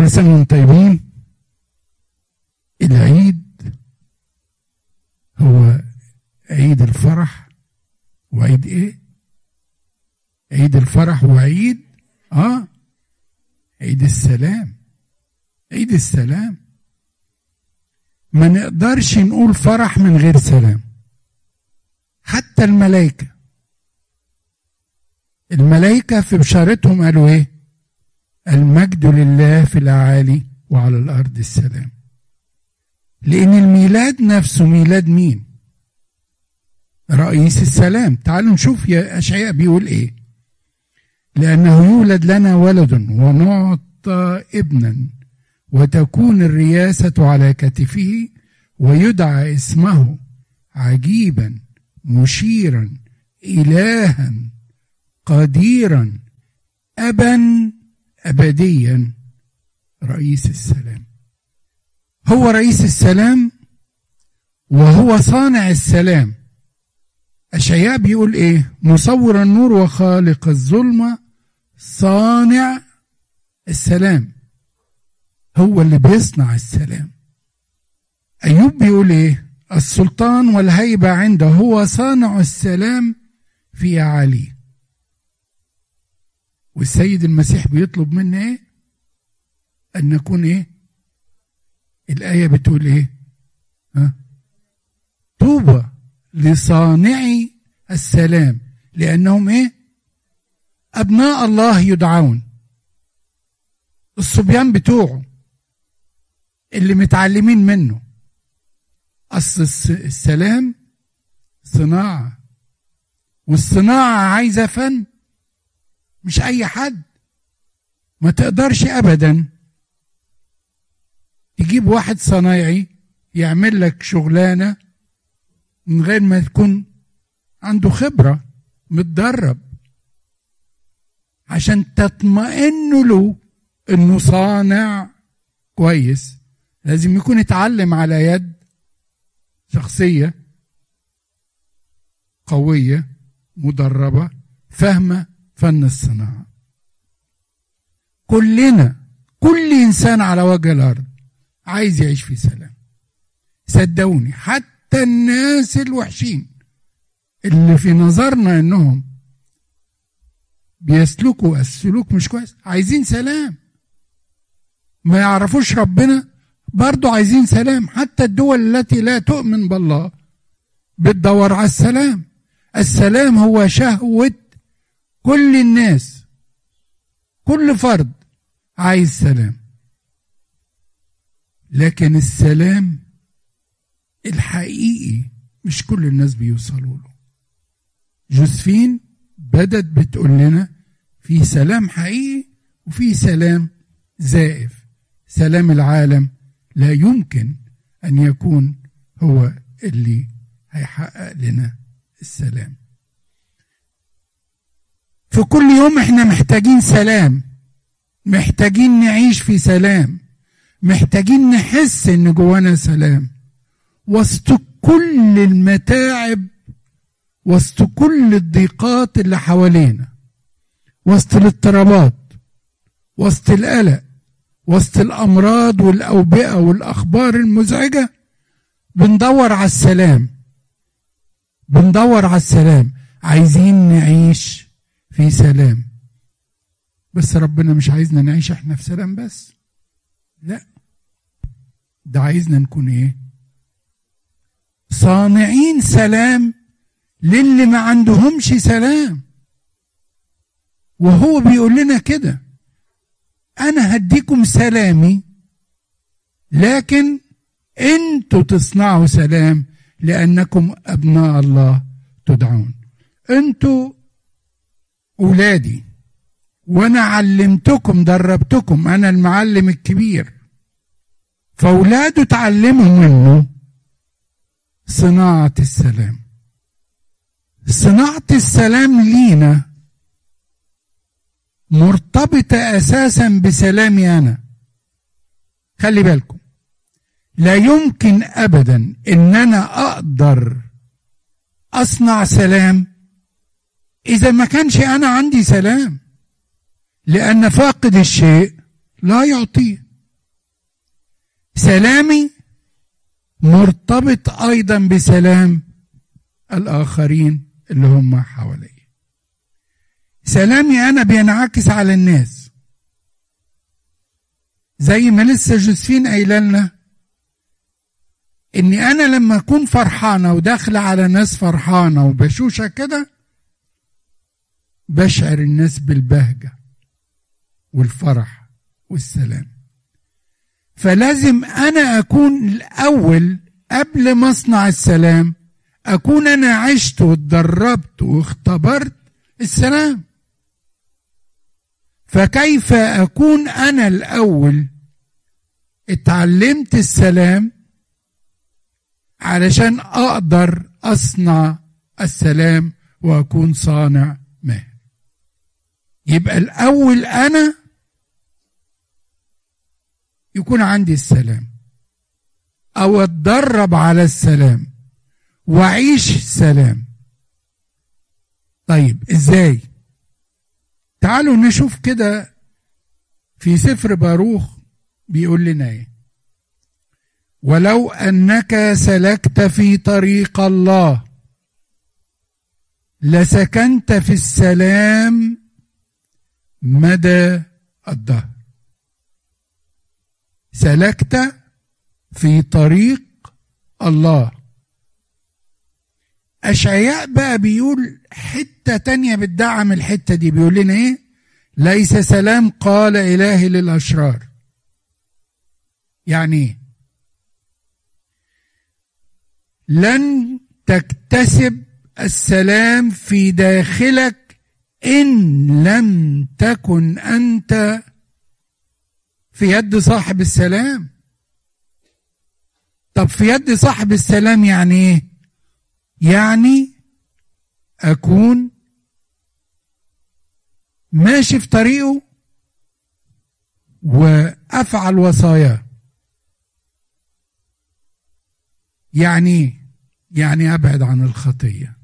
كل سنة وانتم طيبين. العيد هو عيد الفرح وعيد ايه؟ عيد الفرح وعيد عيد السلام. عيد السلام. ما نقدرش نقول فرح من غير سلام. حتى الملائكة في بشارتهم قالوا ايه؟ المجد لله في الأعالي وعلى الأرض السلام. لأن الميلاد نفسه ميلاد مين؟ رئيس السلام. تعالوا نشوف يا أشعياء بيقول ايه. لأنه يولد لنا ولد ونعطى ابنا وتكون الرياسة على كتفه ويدعى اسمه عجيبا مشيرا إلها قديرا أبا أبديا رئيس السلام. هو رئيس السلام وهو صانع السلام. أشعياء بيقول ايه؟ مصور النور وخالق الظلمة صانع السلام. هو اللي بيصنع السلام. أيوب بيقول ايه؟ السلطان والهيبة عنده، هو صانع السلام في أعاليه. والسيد المسيح بيطلب منا ايه؟ أن نكون ايه؟ الآية بتقول ايه؟ طوبى لصانعي السلام لأنهم ايه؟ أبناء الله يدعون. الصبيان بتوعه اللي متعلمين منه. أصل السلام صناعة، والصناعة عايزة فن. مش أي حد. ما تقدرش أبدا تجيب واحد صنايعي يعمل لك شغلانة من غير ما تكون عنده خبرة متدرب عشان تطمئن له انه صانع كويس. لازم يكون اتعلم على يد شخصية قوية مدربة فاهمة فن الصناعة. كل إنسان على وجه الأرض عايز يعيش في سلام. صدقوني حتى الناس الوحشين اللي في نظرنا انهم بيسلكوا السلوك مش كويس عايزين سلام. ما يعرفوش ربنا برضو عايزين سلام. حتى الدول التي لا تؤمن بالله بتدور على السلام. السلام هو شهوة كل الناس. كل فرد عايز سلام. لكن السلام الحقيقي مش كل الناس بيوصلوا له. جوزفين بدت بتقول لنا في سلام حقيقي وفي سلام زائف. سلام العالم لا يمكن أن يكون هو اللي هيحقق لنا السلام. في كل يوم احنا محتاجين سلام. محتاجين نعيش في سلام. محتاجين نحس ان جوانا سلام وسط كل المتاعب، وسط كل الضيقات اللي حوالينا، وسط الاضطرابات، وسط القلق، وسط الأمراض والأوبئة والأخبار المزعجة. بندور على السلام. بندور على السلام. عايزين نعيش في سلام. بس ربنا مش عايزنا نعيش احنا في سلام بس. لا، ده عايزنا نكون ايه؟ صانعين سلام للي ما عندهمش سلام. وهو بيقول لنا كده: انا هديكم سلامي لكن انتوا تصنعوا سلام لانكم ابناء الله تدعون. انتوا اولادي وانا علمتكم دربتكم. انا المعلم الكبير. فاولاده تعلموا منه صناعة السلام. صناعة السلام لينا مرتبطة اساسا بسلامي انا. خلي بالكم، لا يمكن ابدا ان انا اقدر اصنع سلام اذا ما كانش انا عندي سلام. لان فاقد الشيء لا يعطيه. سلامي مرتبط أيضا بسلام الآخرين اللي هم حوالي. سلامي أنا بينعكس على الناس، زي ما لسه جوزفين قايله لنا إني أنا لما أكون فرحانة وداخلة على ناس فرحانة وبشوشة كده بشعر الناس بالبهجة والفرح والسلام. فلازم أنا أكون الأول قبل ما أصنع السلام، أكون أنا عشت واتدربت واختبرت السلام. فكيف أكون أنا الأول اتعلمت السلام علشان أقدر أصنع السلام وأكون صانع ماهر؟ يبقى الأول أنا يكون عندي السلام، أو أتدرب على السلام وأعيش السلام. طيب إزاي؟ تعالوا نشوف كده في سفر باروخ بيقول لنا ايه: ولو أنك سلكت في طريق الله لسكنت في السلام مدى الدهر. سلكت في طريق الله. أشعياء بقى بيقول حتة تانية بتدعم الحتة دي، بيقول لنا ايه: ليس سلام قال إلهي للأشرار. يعني ايه؟ لن تكتسب السلام في داخلك إن لم تكن أنت في يد صاحب السلام. طب في يد صاحب السلام يعني ايه؟ يعني أكون ماشي في طريقه وأفعل وصاياه. يعني أبعد عن الخطية.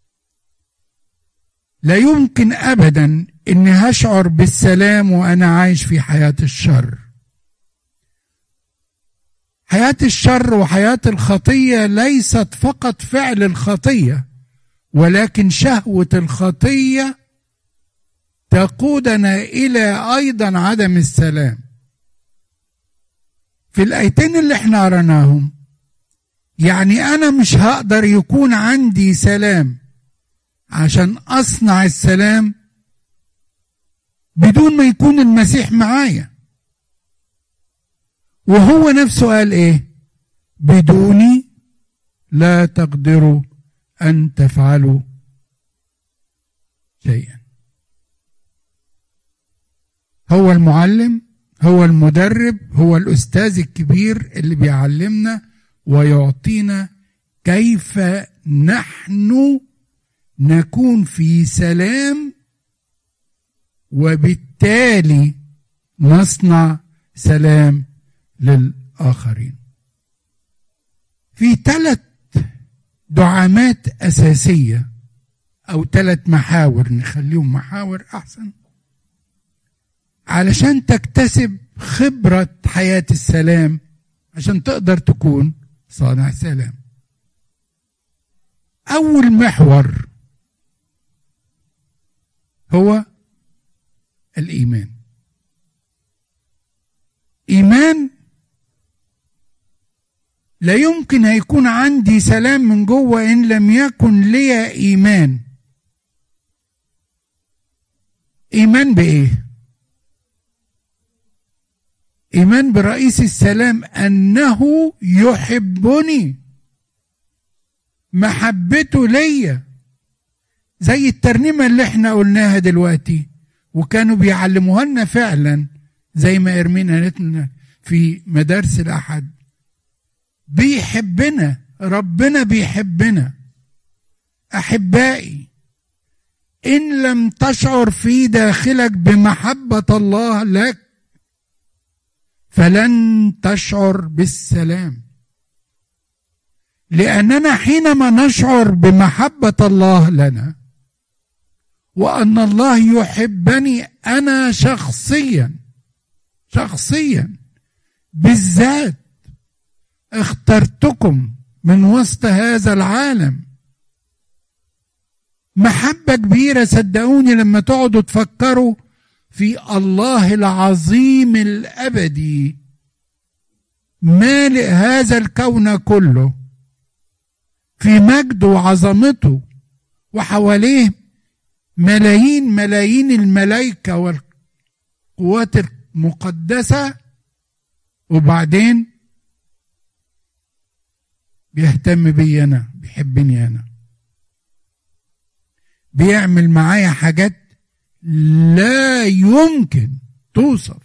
لا يمكن أبدا إني هشعر بالسلام وأنا عايش في حياة الشر. حياة الشر وحياة الخطية ليست فقط فعل الخطية، ولكن شهوة الخطية تقودنا إلى أيضا عدم السلام. في الآيتين اللي احنا قرأناهم يعني أنا مش هقدر يكون عندي سلام عشان أصنع السلام بدون ما يكون المسيح معايا. وهو نفسه قال ايه: بدوني لا تقدروا أن تفعلوا شيئا. هو المعلم، هو المدرب، هو الأستاذ الكبير اللي بيعلمنا ويعطينا كيف نحن نكون في سلام، وبالتالي نصنع سلام للآخرين. في 3 دعامات أساسية أو 3 محاور، نخليهم محاور أحسن، علشان تكتسب خبرة حياة السلام عشان تقدر تكون صانع سلام. أول محور هو الإيمان. إيمان لا يمكن هيكون عندي سلام من جوه إن لم يكن لي إيمان. إيمان بإيه؟ إيمان برئيس السلام أنه يحبني، محبته ليا، زي الترنيمة اللي احنا قلناها دلوقتي وكانوا بيعلموها لنا فعلا زي ما إرمينا قالت لنا في مدارس الأحد. بيحبنا، ربنا بيحبنا. أحبائي، إن لم تشعر في داخلك بمحبة الله لك فلن تشعر بالسلام. لأننا حينما نشعر بمحبة الله لنا وأن الله يحبني أنا شخصيا بالذات، اخترتكم من وسط هذا العالم. محبة كبيرة صدقوني لما تقعدوا تفكروا في الله العظيم الأبدي مالئ هذا الكون كله في مجده وعظمته، وحواليه ملايين الملائكة والقوات المقدسة، وبعدين بيهتم بي أنا، بيحبني أنا، بيعمل معايا حاجات لا يمكن توصف.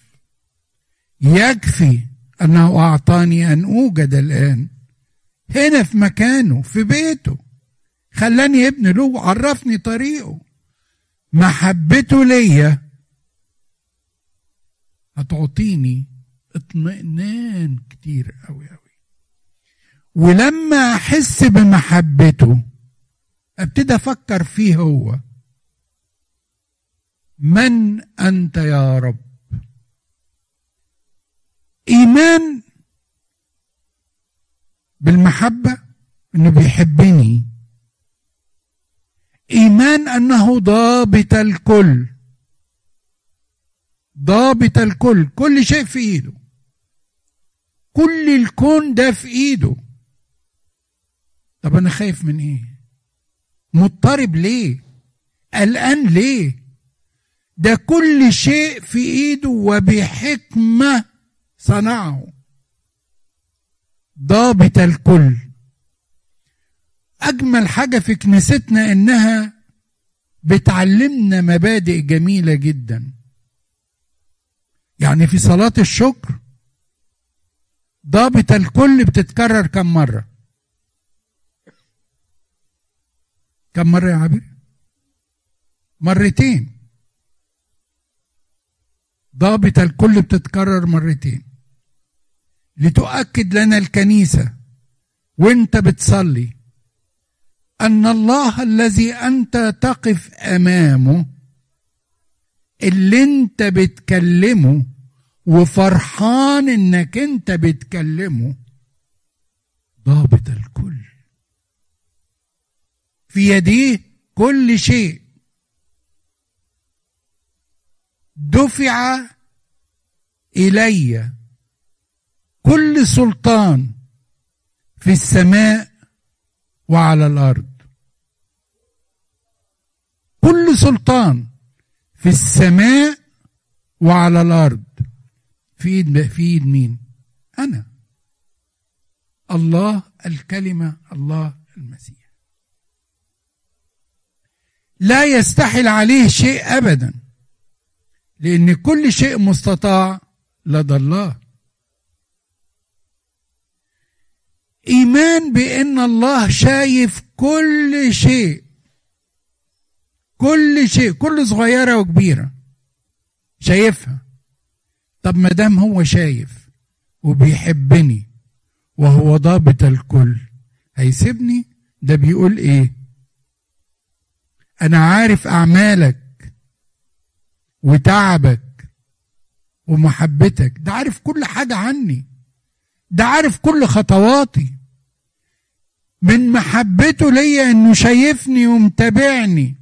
يكفي أنه أعطاني أن أوجد الآن هنا في مكانه في بيته، خلاني ابن له وعرفني طريقه. محبته ليا هتعطيني اطمئنان كتير قوي قوي. ولما أحس بمحبته ابتدي أفكر فيه هو. من أنت يا رب؟ إيمان بالمحبة إنه بيحبني، إيمان أنه ضابط الكل، ضابط الكل، كل شيء في إيده، كل الكون ده في إيده. طب أنا خايف من إيه؟ مضطرب ليه؟ قلقان ليه؟ ده كل شيء في إيده وبحكمة صنعه، ضابط الكل. أجمل حاجة في كنيستنا إنها بتعلمنا مبادئ جميلة جدا. يعني في صلاة الشكر ضابط الكل بتتكرر كم مرة؟ كم مرة يا عبير؟ مرتين. ضابط الكل بتتكرر مرتين لتؤكد لنا الكنيسة وانت بتصلي أن الله الذي أنت تقف أمامه، اللي انت بتكلمه وفرحان انك انت بتكلمه، ضابط الكل، في يديه كل شيء، دفع إلي كل سلطان في السماء وعلى الأرض. كل سلطان في السماء وعلى الأرض في ايد مين؟ أنا، الله الكلمة، الله المسيح. لا يستحيل عليه شيء أبدا، لأن كل شيء مستطاع لدى الله. إيمان بأن الله شايف كل شيء، كل شيء، كل صغيرة وكبيرة شايفها. طب ما دام هو شايف وبيحبني وهو ضابط الكل، هيسيبني؟ ده بيقول ايه؟ انا عارف اعمالك وتعبك ومحبتك، ده عارف كل حاجة عني، ده عارف كل خطواتي. من محبته ليا انه شايفني ومتابعني.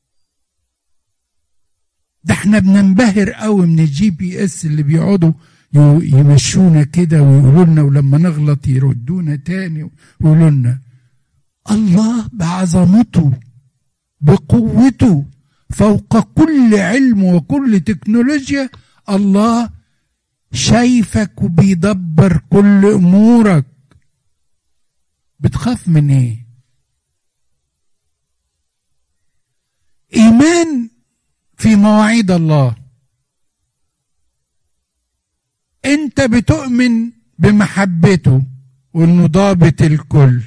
ده احنا بننبهر قوي من الGPS اللي بيقعدوا يمشونا كده ويقولوا لنا، ولما نغلط يردونا تاني ويقولوا لنا الله بعظمته بقوته فوق كل علم وكل تكنولوجيا، الله شايفك وبيدبر كل امورك. بتخاف من ايه؟ ايمان في مواعيد الله. انت بتؤمن بمحبته وانه ضابط الكل،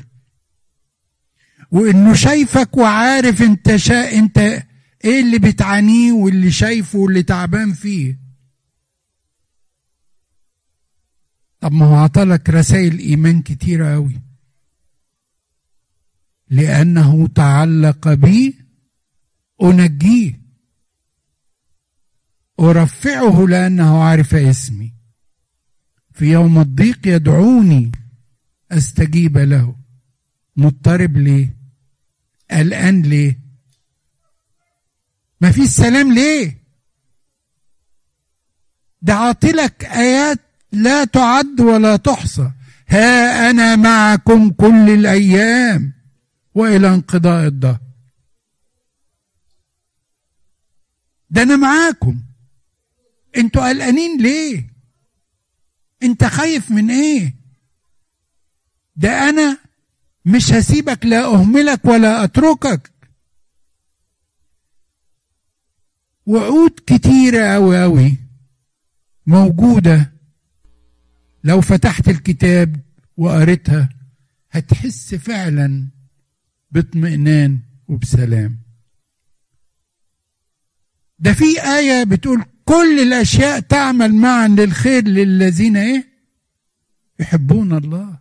وانه شايفك وعارف انت ايه اللي بتعانيه واللي شايفه واللي تعبان فيه. طب ما هو عطالك رسائل ايمان كتيرة قوي. لانه تعلق بي انجيه، ارفعه لانه عارف اسمي، في يوم الضيق يدعوني أستجيب له. مضطرب ليه؟ قلقان ليه؟ ما فيش سلام ليه؟ ده عاطلك آيات لا تعد ولا تحصى. ها أنا معكم كل الأيام وإلى انقضاء الدهر. ده أنا معاكم. انتوا قلقانين ليه؟ انت خايف من ايه؟ ده أنا مش هسيبك، لا أهملك ولا أتركك. وعود كتيرة أوي أوي موجودة، لو فتحت الكتاب وقريتها هتحس فعلا باطمئنان وبسلام. ده في آية بتقول كل الأشياء تعمل معا للخير للذين إيه؟ يحبون الله.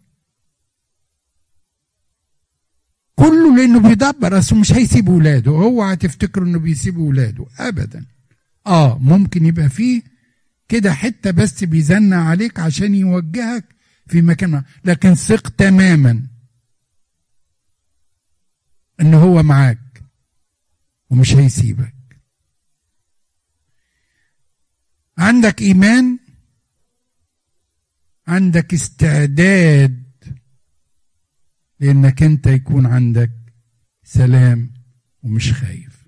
كله، لأنه بيدبر. أصله مش هيسيب ولاده. اوعى تفتكروا إنه بيسيب ولاده أبدا. ممكن يبقى فيه كده حتة بس بيزنع عليك عشان يوجهك في مكان، لكن ثق تماما إنه هو معاك ومش هيسيبك. عندك إيمان، عندك استعداد لأنك أنت يكون عندك سلام ومش خايف.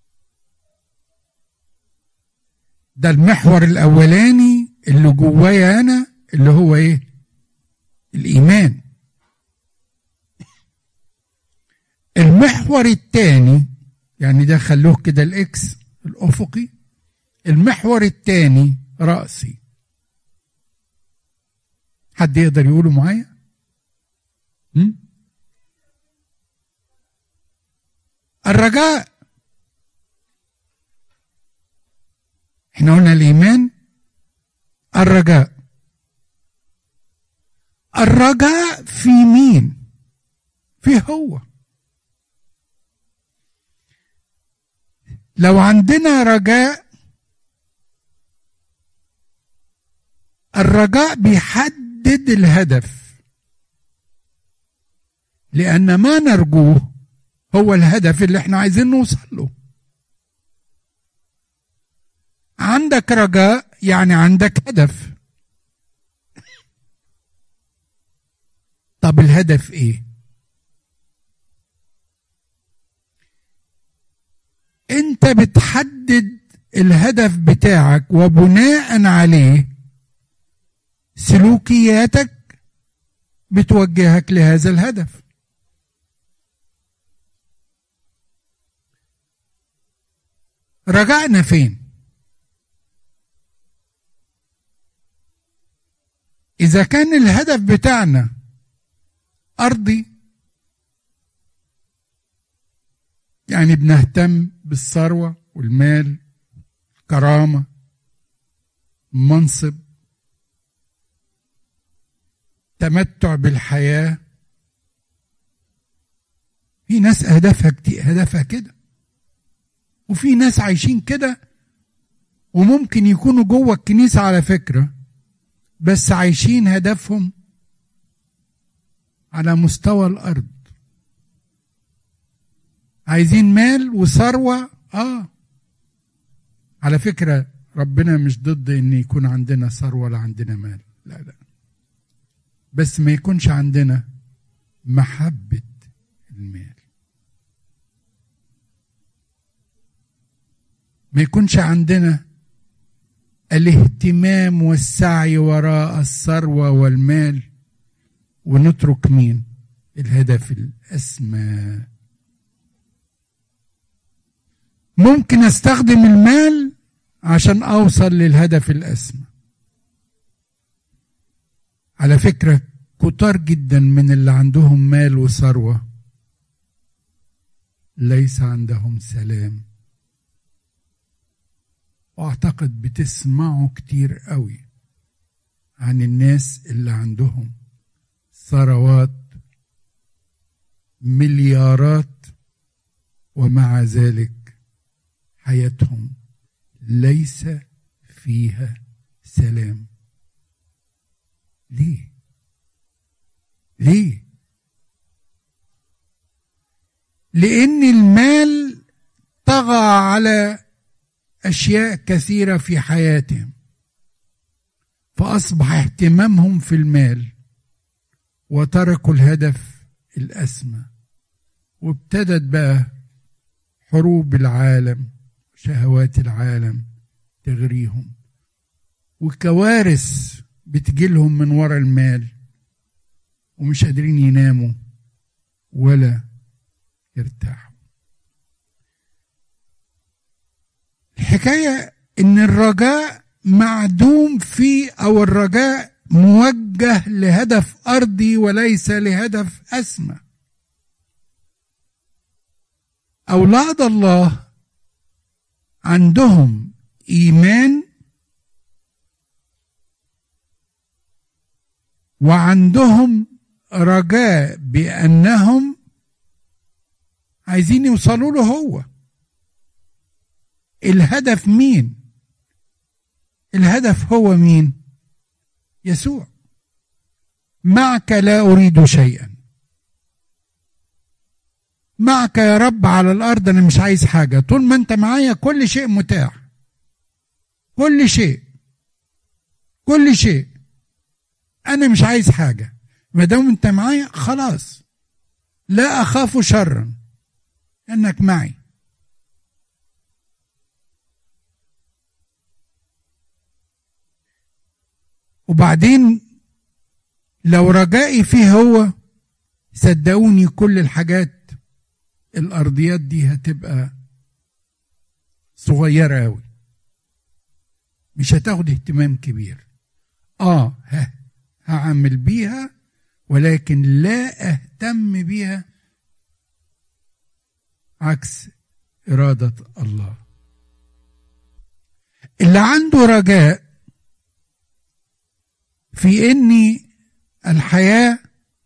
ده المحور الأولاني اللي جوايا أنا، اللي هو إيه؟ الإيمان. المحور الثاني، يعني ده خلوه كده الإكس الأفقي. المحور الثاني رأسي. حد يقدر يقوله معايا؟ الرجاء. احنا قلنا الإيمان، الرجاء. الرجاء في مين؟ في هو. لو عندنا رجاء، الرجاء بيحدد الهدف، لأن ما نرجوه هو الهدف اللي احنا عايزين نوصل له. عندك رجاء يعني عندك هدف. طب الهدف ايه؟ انت بتحدد الهدف بتاعك، وبناء عليه سلوكياتك بتوجهك لهذا الهدف. رجعنا فين؟ إذا كان الهدف بتاعنا أرضي، يعني بنهتم بالثروة والمال، كرامة، منصب، تمتع بالحياة. في ناس هدفها كده، وفي ناس عايشين كده، وممكن يكونوا جوه الكنيسة على فكرة، بس عايشين هدفهم على مستوى الأرض. عايزين مال وثروة. على فكرة ربنا مش ضد ان يكون عندنا ثروة ولا عندنا مال، لا، بس ما يكونش عندنا محبة المال، ما يكونش عندنا الاهتمام والسعي وراء الثروة والمال، ونترك مين؟ الهدف الأسمى. ممكن استخدم المال عشان اوصل للهدف الأسمى. على فكرة كتار جدا من اللي عندهم مال وثروة ليس عندهم سلام. واعتقد بتسمعوا كتير قوي عن الناس اللي عندهم ثروات مليارات، ومع ذلك حياتهم ليس فيها سلام. ليه؟ ليه؟ لأن المال طغى على أشياء كثيرة في حياتهم، فأصبح اهتمامهم في المال وتركوا الهدف الأسمى، وابتدت بقى حروب العالم، شهوات العالم تغريهم، وكوارث بتجيلهم من وراء المال، ومش قادرين يناموا ولا يرتاحوا. الحكاية ان الرجاء معدوم فيه، او الرجاء موجه لهدف ارضي وليس لهدف اسمى. اولاد الله عندهم ايمان وعندهم رجاء بانهم عايزين يوصلوا له هو. الهدف مين؟ الهدف هو مين؟ يسوع. معك لا أريد شيئا، معك يا رب على الأرض أنا مش عايز حاجة، طول ما أنت معايا كل شيء متاح، كل شيء كل شيء، أنا مش عايز حاجة، ما دام أنت معايا خلاص، لا أخاف شرا أنك معي. وبعدين لو رجائي فيه هو، صدقوني كل الحاجات الأرضيات دي هتبقى صغيرة أوي، مش هتاخد اهتمام كبير. هعمل بيها ولكن لا أهتم بيها، عكس إرادة الله. اللي عنده رجاء في ان الحياة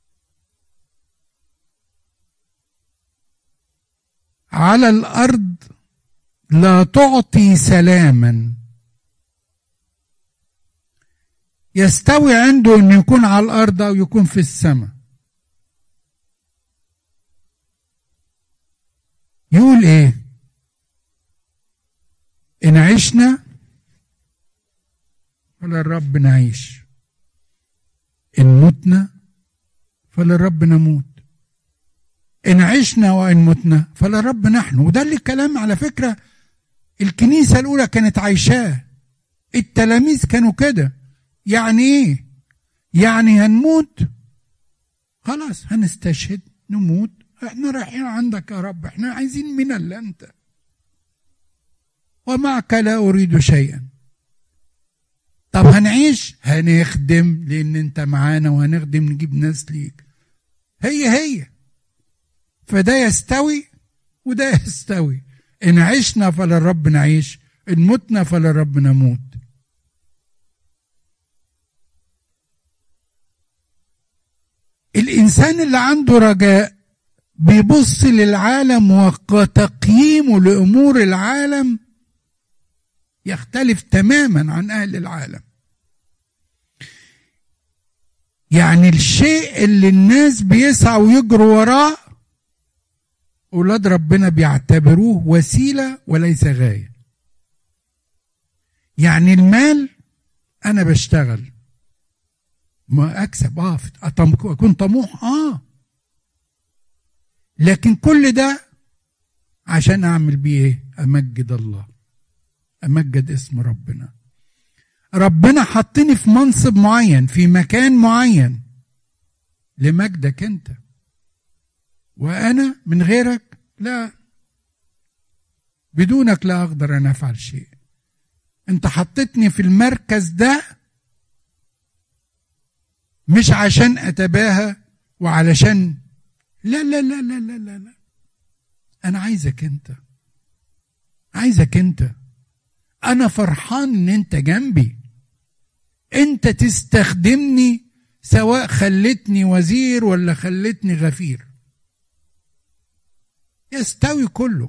على الارض لا تعطي سلاما، يستوي عنده ان يكون على الارض او يكون في السماء. يقول ايه؟ ان عشنا فللرب نعيش، إن متنا فللرب نموت، إن عشنا وإن متنا فللرب نحن. وده اللي كلام على فكرة الكنيسة الأولى كانت عايشاه، التلاميذ كانوا كده. يعني إيه؟ يعني هنموت خلاص، هنستشهد نموت، احنا رايحين عندك يا رب، احنا عايزين من اللي أنت، ومعك لا أريد شيئا. طب هنعيش، هنخدم لان انت معانا، وهنخدم نجيب ناس ليك، هي فده يستوي وده يستوي. ان عشنا فللرب نعيش، ان متنا فللرب نموت. الانسان اللي عنده رجاء بيبص للعالم وتقييمه لامور العالم يختلف تماما عن أهل العالم. يعني الشيء اللي الناس بيسعوا ويجروا وراه، أولاد ربنا بيعتبروه وسيلة وليس غاية. يعني المال أنا بشتغل ما أكسب، أكون طموح، لكن كل ده عشان أعمل بيه إيه؟ أمجد الله، أمجد اسم ربنا. ربنا حطني في منصب معين، في مكان معين لمجدك أنت، وأنا من غيرك لا، بدونك لا أقدر أن أفعل شيء. أنت حطتني في المركز ده مش عشان أتباهى وعلشان لا لا لا لا لا لا, لا. أنا عايزك أنت، عايزك أنت. أنا فرحان إن أنت جنبي، أنت تستخدمني، سواء خلتني وزير ولا خلتني غفير، يستوي كله.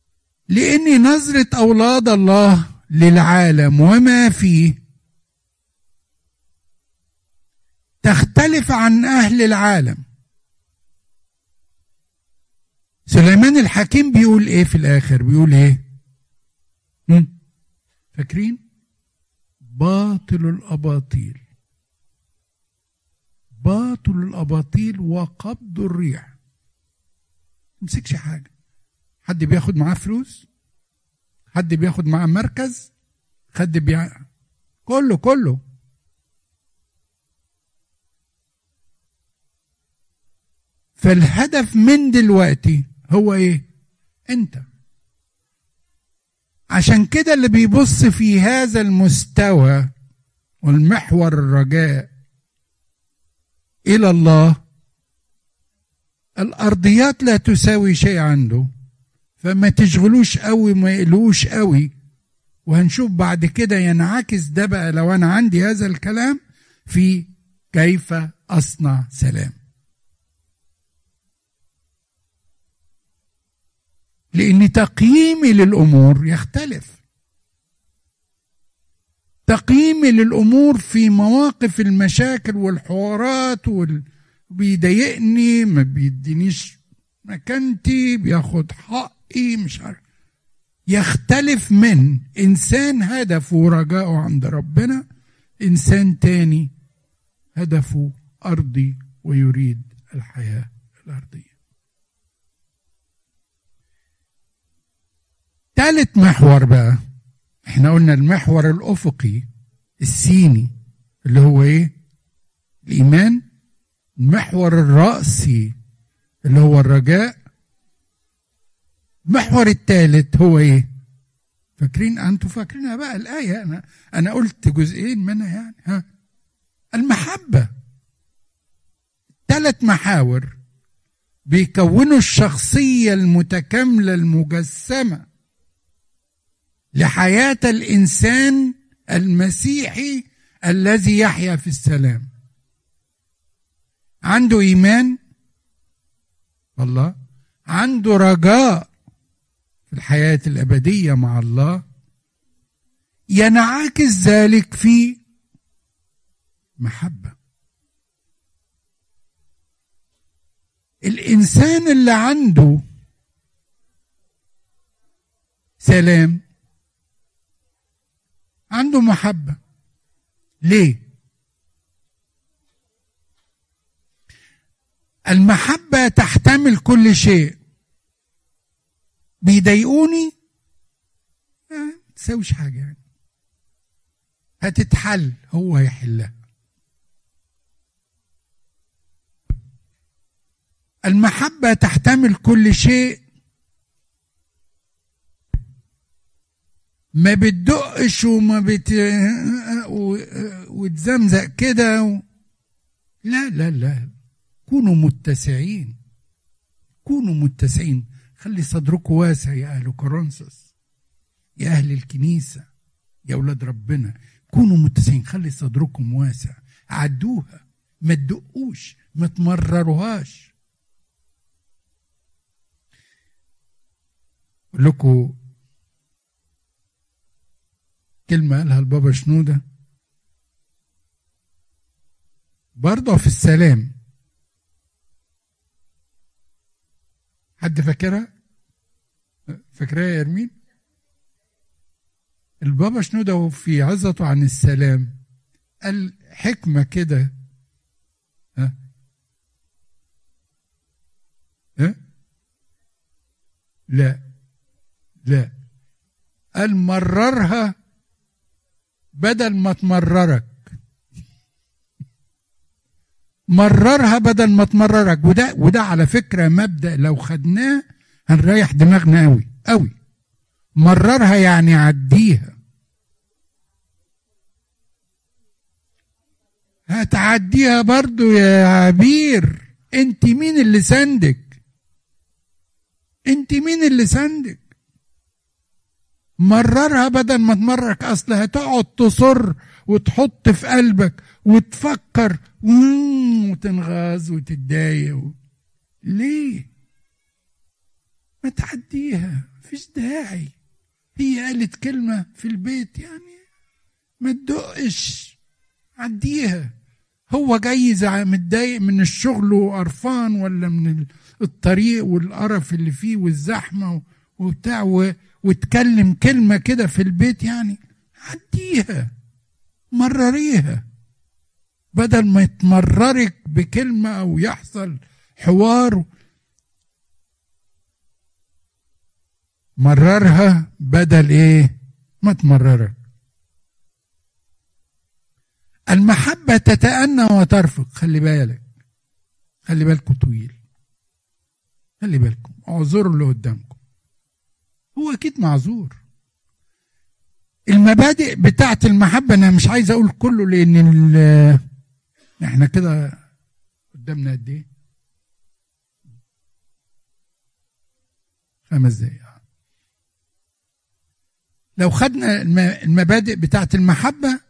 لأن نظرة أولاد الله للعالم وما فيه تختلف عن أهل العالم. سليمان الحكيم بيقول ايه في الآخر؟ بيقول ايه؟ فاكرين؟ باطل الأباطيل، باطل الأباطيل وقبض الريح. ممسكش حاجة. حد بياخد معاه فلوس، حد بياخد معاه مركز، كله. فالهدف من دلوقتي هو ايه؟ انت. عشان كده اللي بيبص في هذا المستوى والمحور الرجاء الى الله، الارضيات لا تساوي شيء عنده، فما تشغلوش قوي، ما يقلوش قوي. وهنشوف بعد كده ينعكس ده بقى لو انا عندي هذا الكلام في كيف اصنع سلام. لان تقييمي للامور يختلف. تقييمي للامور في مواقف المشاكل والحوارات بيضايقني، ما بيدينيش مكانتي، بياخد حقي، مش عارف، يختلف من انسان هدفه ورجاؤه عند ربنا، انسان تاني هدفه ارضي ويريد الحياة الارضية. ثالث محور بقى، احنا قلنا المحور الافقي السيني اللي هو ايه؟ الايمان. المحور الرأسي اللي هو الرجاء. المحور الثالث هو ايه؟ فاكرين؟ انتوا فاكرينها بقى الآية؟ انا قلت جزئين منها يعني. المحبة. 3 محاور بيكونوا الشخصية المتكاملة المجسمة لحياة الإنسان المسيحي الذي يحيا في السلام. عنده إيمان الله، عنده رجاء في الحياة الأبدية مع الله، ينعكس ذلك في محبة. الإنسان اللي عنده سلام عنده محبة. ليه؟ المحبة تحتمل كل شيء. بيضايقوني ما تساويش حاجة يعني، هتتحل، هو هيحلها. المحبة تحتمل كل شيء، ما بتدقش وتزمزق كده لا لا لا. كونوا متسعين، كونوا متسعين. خلي صدركم واسع يا أهل كورنثوس، يا أهل الكنيسة، يا أولاد ربنا. كونوا متسعين، خلي صدركم واسع. عدوها، ما تدقوش، ما تمرروهاش. أقول لكم كلمة قالها البابا شنودة برضه في السلام. حد فاكرها؟ فاكرها يا يرمين؟ البابا شنودة في عظته عن السلام قال حكمة كده. ها؟ لا لا، قال مررها بدل ما تمررك. مررها بدل ما تمررك. وده على فكرة مبدأ لو خدناه هنريح دماغنا قوي قوي. مررها يعني عديها. هتعديها برضو يا عبير. انت مين اللي سندك؟ انت مين اللي سندك؟ مررها بدل ما تمررك. اصل هتقعد تصر وتحط في قلبك وتفكر وتنغاز وتتضايق. ليه؟ ما تعديها، مفيش داعي. هي قالت كلمة في البيت يعني ما تدقش، عديها. هو جاي متضايق من الشغل وقرفان، ولا من الطريق والقرف اللي فيه والزحمة وبتاع، واتكلم كلمة كده في البيت، يعني عديها، مرريها، بدل ما يتمررك بكلمة أو يحصل حوار. مررها بدل ايه ما تمررك. المحبة تتأنى وترفق. خلي بالكم طويل، خلي بالكم، اعذروا اللي قدامكم، هو اكيد معذور. المبادئ بتاعت المحبة انا مش عايز اقول كله، لان احنا كده قدامنا قد ايه؟ 5 دقايق. لو خدنا المبادئ بتاعت المحبة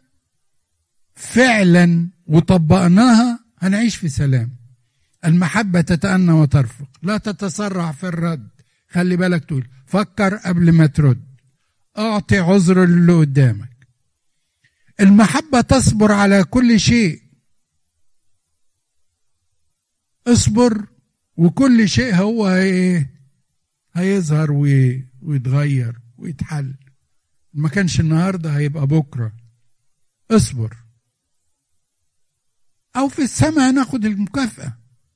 فعلا وطبقناها هنعيش في سلام. المحبة تتأنى وترفق، لا تتسرع في الرد. خلي بالك، تقول فكر قبل ما ترد، اعطي عذر اللي قدامك. المحبة تصبر على كل شيء. اصبر، وكل شيء هو هيظهر ويتغير ويتحل. ما كانش النهاردة هيبقى بكرة. اصبر، او في السماء ناخد المكافأة.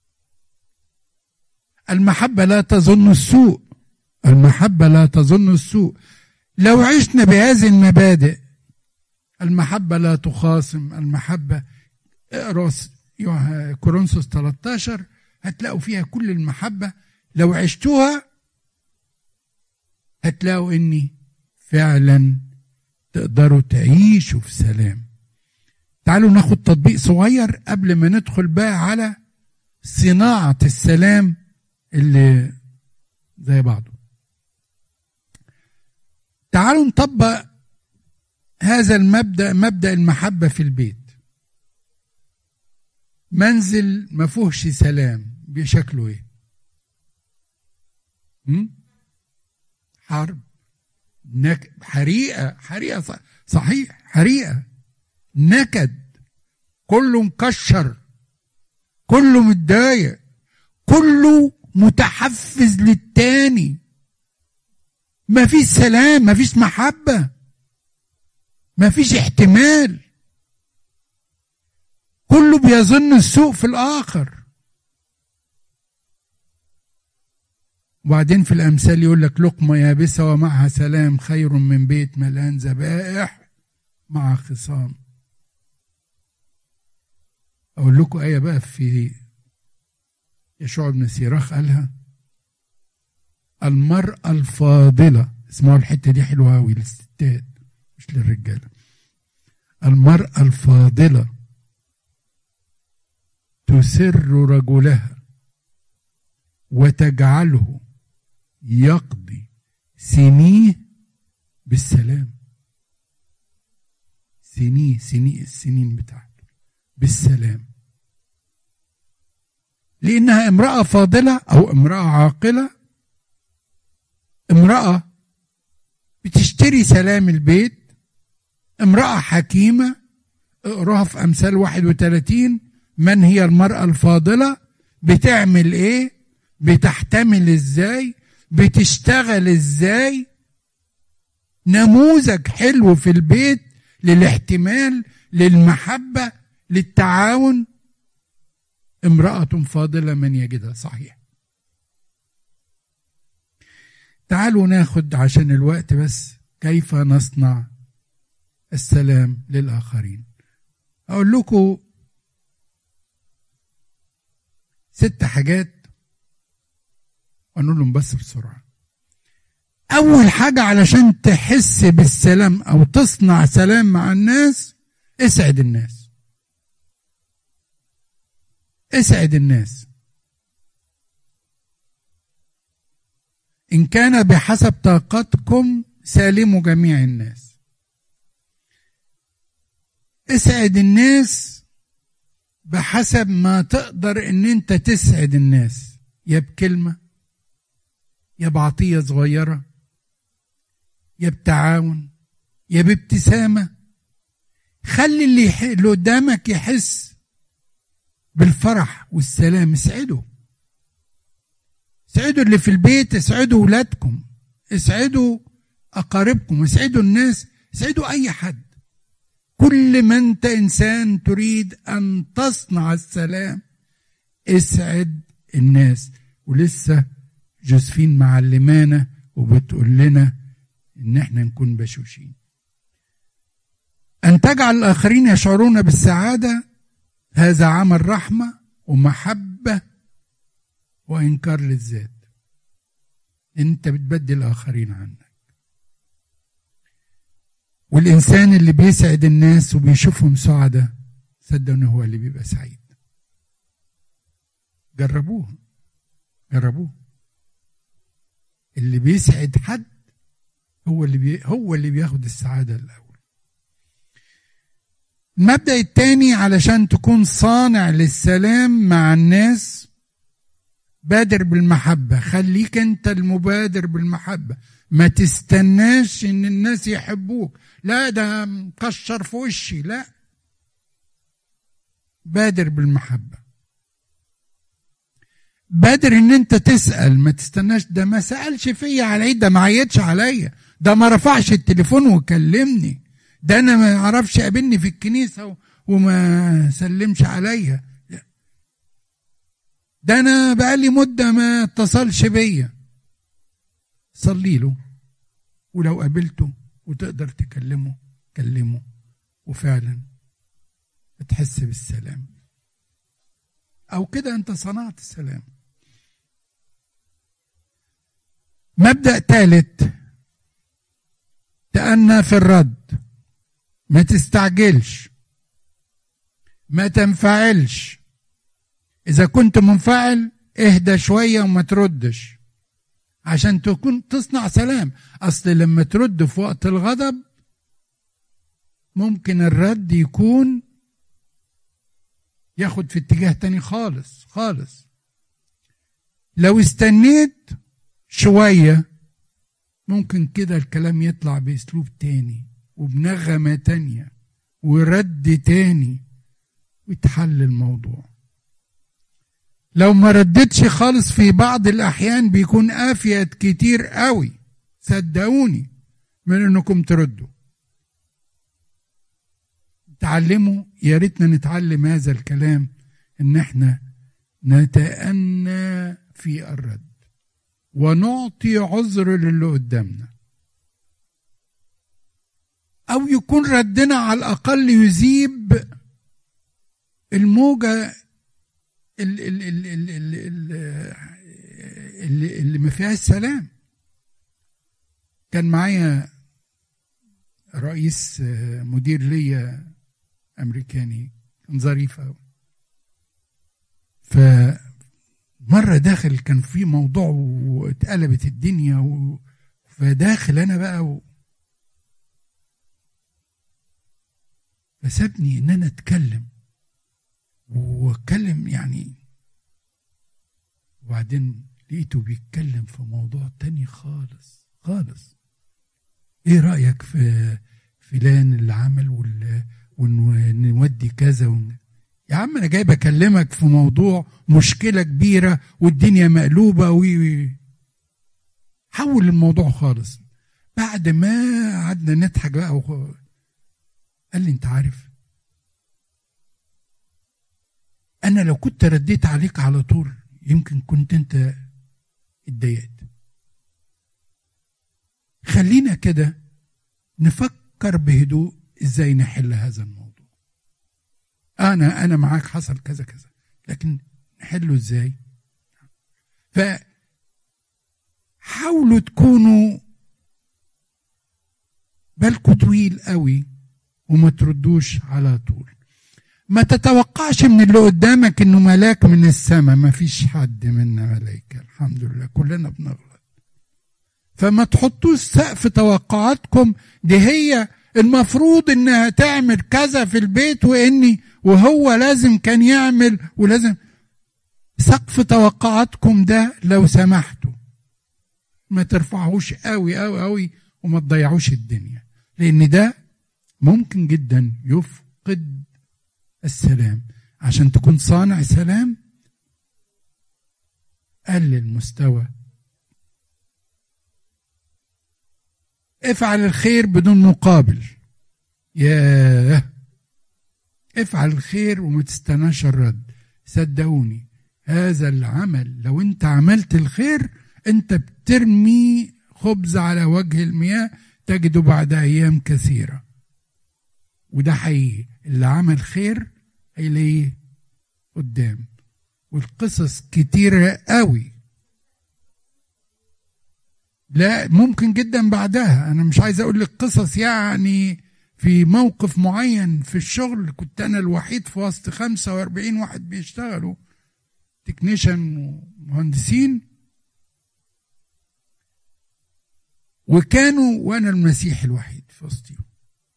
المحبة لا تظن السوء. المحبة لا تظن السوء. لو عشنا بهذه المبادئ، المحبة لا تخاصم. المحبة، اقرأ كورنثوس 13 هتلاقوا فيها كل المحبة. لو عشتوها هتلاقوا اني فعلا تقدروا تعيشوا في سلام. تعالوا ناخد تطبيق صغير قبل ما ندخل بقى على صناعة السلام اللي زي بعضه. تعالوا نطبق هذا المبدأ، مبدأ المحبة في البيت. منزل ما فيهوش سلام بشكله ايه؟ حرب، حريقة صحيح، حريقة، نكد، كله مكشر، كله متضايق، كله متحفز للتاني. ما فيش سلام، ما فيش محبة، ما فيش احتمال، كله بيظن السوء في الآخر. وبعدين في الأمثال يقول لك لقمة يابسة ومعها سلام خير من بيت ملان ذبائح مع خصام. أقول لكم آية بقى في يشوع بن سيراخ قالها: المرأة الفاضلة، اسمعوا الحتة دي حلوة أوي للستات مش للرجالة. المرأة الفاضلة تسر رجلها وتجعله يقضي سنيه بالسلام. السنين بتاعته بالسلام، لأنها امرأة فاضلة أو امرأة عاقلة، امرأة بتشتري سلام البيت، امرأة حكيمة. اقراها في أمثال 31. من هي المرأة الفاضلة؟ بتعمل ايه؟ بتحتمل ازاي؟ بتشتغل ازاي؟ نموذج حلو في البيت للاحتمال، للمحبة، للتعاون. امرأة فاضلة من يجدها. صحيح. تعالوا ناخد عشان الوقت بس كيف نصنع السلام للآخرين. أقول لكم 6 حاجات وأقول لهم بس بسرعة. أول حاجة علشان تحس بالسلام أو تصنع سلام مع الناس، اسعد الناس. اسعد الناس إن كان بحسب طاقتكم سالموا جميع الناس. اسعد الناس بحسب ما تقدر ان انت تسعد الناس، يا بكلمة، يا بعطية صغيرة، يا بتعاون، يا بابتسامة. خلي اللي قدامك يحس بالفرح والسلام. اسعدوا اللي في البيت، اسعدوا ولادكم، اسعدوا أقاربكم، اسعدوا الناس، اسعدوا أي حد. كل ما أنت إنسان تريد أن تصنع السلام اسعد الناس. ولسه جوزفين معلمانا وبتقول لنا إن احنا نكون بشوشين. أن تجعل الآخرين يشعرون بالسعادة، هذا عمل رحمة ومحبة وإنكار للذات. أنت بتبدل الآخرين عنك. والإنسان اللي بيسعد الناس وبيشوفهم سعداء صدقني هو اللي بيبقى سعيد. جربوه. اللي بيسعد حد هو اللي بياخد السعادة الأول. المبدأ الثاني، علشان تكون صانع للسلام مع الناس بادر بالمحبة. خليك انت المبادر بالمحبة، ما تستناش ان الناس يحبوك. لا ده مكشر في وشي، لا، بادر بالمحبة. بادر ان انت تسأل، ما تستناش ده ما سألش فيا على العيد، ده ما عيدش عليا، ده ما رفعش التليفون وكلمني، ده انا ما عرفش قابلني في الكنيسة وما سلمش عليا، ده انا بقالي مدة ما اتصلش بيا. صلي له، ولو قابلته وتقدر تكلمه كلمه، وفعلا بتحس بالسلام. او كده انت صنعت السلام. مبدأ ثالث، تأنى في الرد. ما تستعجلش، ما تنفعلش. إذا كنت منفعل اهدى شوية وما تردش عشان تكون تصنع سلام. أصل لما ترد في وقت الغضب ممكن الرد يكون ياخد في اتجاه تاني خالص خالص. لو استنيت شوية ممكن كده الكلام يطلع بأسلوب تاني وبنغمة تانية ورد تاني ويتحل الموضوع. لو ما ردتش خالص في بعض الأحيان بيكون أفيد كتير قوي، صدقوني، من انكم تردوا. تعلموا، يا ريتنا نتعلم هذا الكلام، ان احنا نتأنى في الرد ونعطي عذر للي قدامنا، او يكون ردنا على الاقل يذيب الموجة اللي ما فيها السلام. كان معايا رئيس مدير ليا امريكاني، كان ظريف قوي. فمره داخل كان في موضوع واتقلبت الدنيا فداخل انا بقى فسابني ان انا اتكلم واتكلم يعني. وبعدين لقيته بيتكلم في موضوع تاني خالص خالص. ايه رأيك في فلان اللي عمل ونودي كذا يا عم انا جاي بكلمك في موضوع مشكلة كبيرة والدنيا مقلوبة حول الموضوع خالص. بعد ما قعدنا نضحك بقى قال لي انت عارف انا لو كنت رديت عليك على طول يمكن كنت انت اتضايقت. خلينا كده نفكر بهدوء ازاي نحل هذا الموضوع. انا معاك، حصل كذا كذا، لكن نحله ازاي؟ فحاولوا تكونوا بالكوا طويل قوي وما تردوش على طول. ما تتوقعش من اللي قدامك انه ملاك من السماء، ما فيش حد منا ملائكة، الحمد لله كلنا بنغلط. فما تحطوش سقف توقعاتكم دي هي المفروض انها تعمل كذا في البيت وهو لازم كان يعمل ولازم. سقف توقعاتكم ده لو سمحتوا ما ترفعوش قوي قوي قوي وما تضيعوش الدنيا، لان ده ممكن جدا يفقد السلام. عشان تكون صانع سلام؟ قلل المستوى. افعل الخير بدون مقابل. ياه، افعل الخير وما تستناش الرد. صدقوني هذا العمل لو انت عملت الخير انت بترمي خبز على وجه المياه تجده بعد ايام كثيرة. وده حقيقي، اللي عمل خير هيلاقيه قدام. والقصص كتيرة قوي، لا ممكن جدا بعدها. انا مش عايز اقول لك قصص يعني في موقف معين في الشغل كنت انا الوحيد في وسط 45 واحد بيشتغلوا تكنيشن ومهندسين، وكانوا وانا المسيحي الوحيد في وسطهم.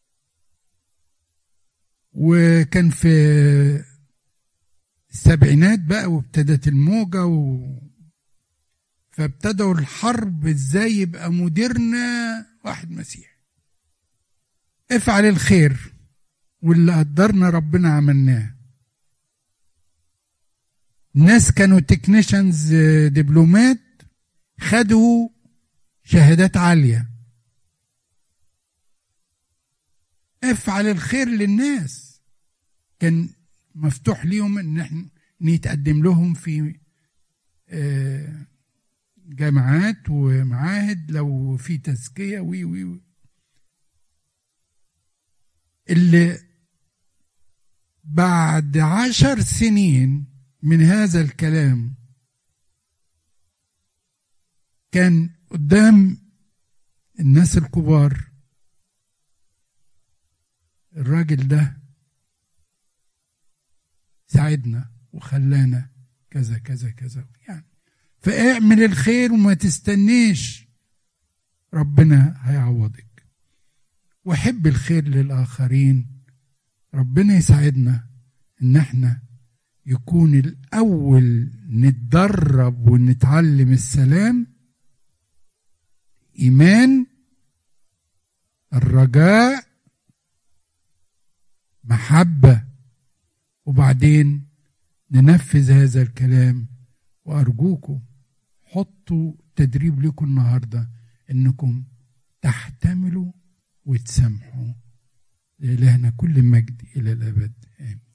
وكان في السبعينات بقى وابتدت الموجة فابتدوا الحرب ازاي يبقى مديرنا واحد مسيحي. افعل الخير واللي قدرنا ربنا عملناه. ناس كانوا تكنيشنز دبلومات خدوا شهادات عالية. افعل الخير للناس. كان مفتوح ليهم ان احنا نتقدم لهم في جامعات ومعاهد لو في تزكية وي اللي بعد 10 سنين من هذا الكلام كان قدام الناس الكبار الراجل ده ساعدنا وخلانا كذا كذا كذا يعني. فاعمل الخير وما تستنيش، ربنا هيعوضك. وحب الخير للآخرين. ربنا يساعدنا ان احنا يكون الأول نتدرب ونتعلم السلام، إيمان، الرجاء، محبة، وبعدين ننفذ هذا الكلام. وأرجوكم حطوا تدريب لكم النهاردة إنكم تحتملوا وتسامحوا. لإلهنا كل مجد إلى الأبد. آمين.